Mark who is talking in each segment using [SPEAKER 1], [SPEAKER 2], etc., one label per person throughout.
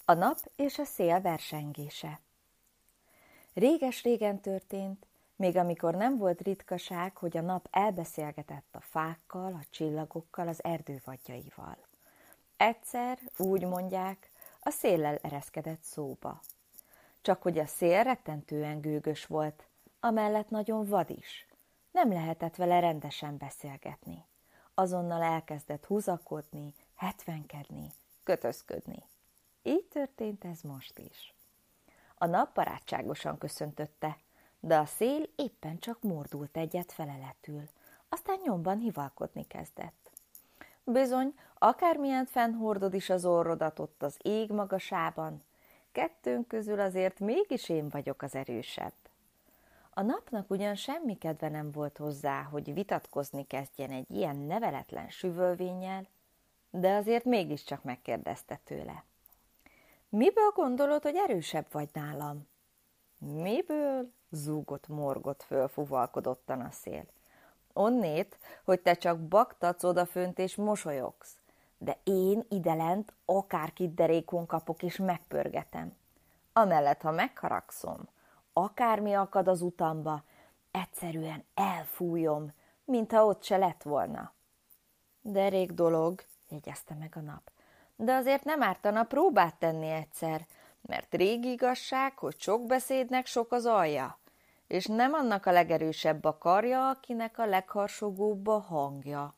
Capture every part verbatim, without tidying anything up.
[SPEAKER 1] A nap és a szél versengése. Réges-régen történt, még amikor nem volt ritkaság, hogy a nap elbeszélgetett a fákkal, a csillagokkal, az erdő vadjaival. Egyszer, úgy mondják, a széllel ereszkedett szóba. Csak hogy a szél rettentően gőgös volt, amellett nagyon vad is. Nem lehetett vele rendesen beszélgetni. Azonnal elkezdett húzakodni, hetvenkedni, kötözködni. Így történt ez most is. A nap barátságosan köszöntötte, de a szél éppen csak mordult egyet feleletül, aztán nyomban hivalkodni kezdett. Bizony, akármilyen fennhordod is az orrodat ott az ég magasában, kettőnk közül azért mégis én vagyok az erősebb. A napnak ugyan semmi kedve nem volt hozzá, hogy vitatkozni kezdjen egy ilyen neveletlen süvölvénnyel, de azért mégiscsak megkérdezte tőle. Miből gondolod, hogy erősebb vagy nálam? Miből? Zúgott, morgott, fölfuvalkodottan a szél. Onnét, hogy te csak baktatsz odafönt és mosolyogsz, de én idelent akárkit derékon kapok és megpörgetem. Amellett, ha megharagszom, akármi akad az utamba, egyszerűen elfújom, mintha ott se lett volna. Derék dolog, jegyezte meg a nap. De azért nem ártana próbát tenni egyszer, mert régi igazság, hogy sok beszédnek sok az alja, és nem annak a legerősebb a karja, akinek a legharsogóbb a hangja.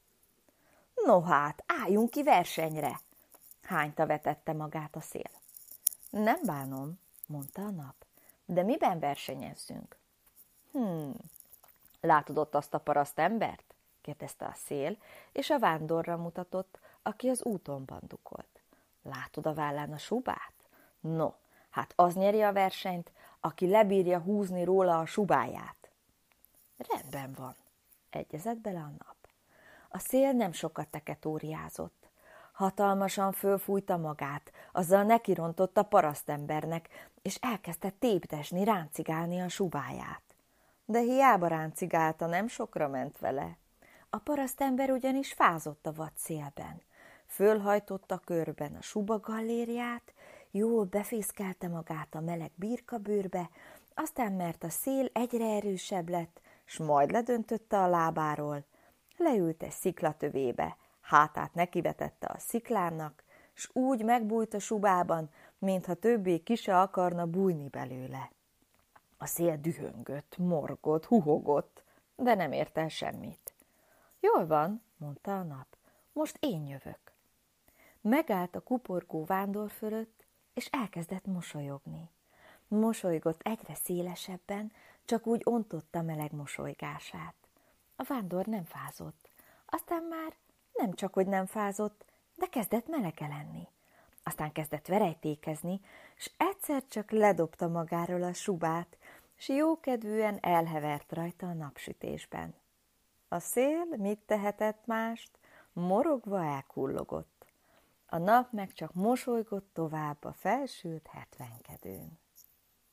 [SPEAKER 1] No hát, álljunk ki versenyre, hányta vetette magát a szél. Nem bánom, mondta a nap, de miben versenyezzünk? Hmm, látod ott azt a paraszt embert? Kérdezte a szél, és a vándorra mutatott, aki az úton bandukolt. Látod a vállán a subát? No, hát az nyeri a versenyt, aki lebírja húzni róla a subáját. Rendben van, egyezett bele a nap. A szél nem sokat teketóriázott. Hatalmasan fölfújta magát, azzal nekirontott a parasztembernek, és elkezdte tépdesni, ráncigálni a subáját. De hiába ráncigálta, nem sokra ment vele. A parasztember ugyanis fázott a vad szélben. Fölhajtotta körben a suba gallériát, jól befészkelte magát a meleg birkabőrbe, aztán mert a szél egyre erősebb lett, s majd ledöntötte a lábáról, leült egy sziklatövébe, hátát nekivetette a sziklának, s úgy megbújt a subában, mintha többé ki se akarna bújni belőle. A szél dühöngött, morgott, huhogott, de nem ért el semmit. Jól van, mondta a nap, most én jövök. Megállt a kuporgó vándor fölött, és elkezdett mosolyogni. Mosolygott egyre szélesebben, csak úgy ontotta meleg mosolygását. A vándor nem fázott. Aztán már nem csak, hogy nem fázott, de kezdett melege lenni. Aztán kezdett verejtékezni, s egyszer csak ledobta magáról a subát, s jókedvűen elhevert rajta a napsütésben. A szél mit tehetett mást? Morogva elkullogott. A nap meg csak mosolygott tovább a felsült hetvenkedőn.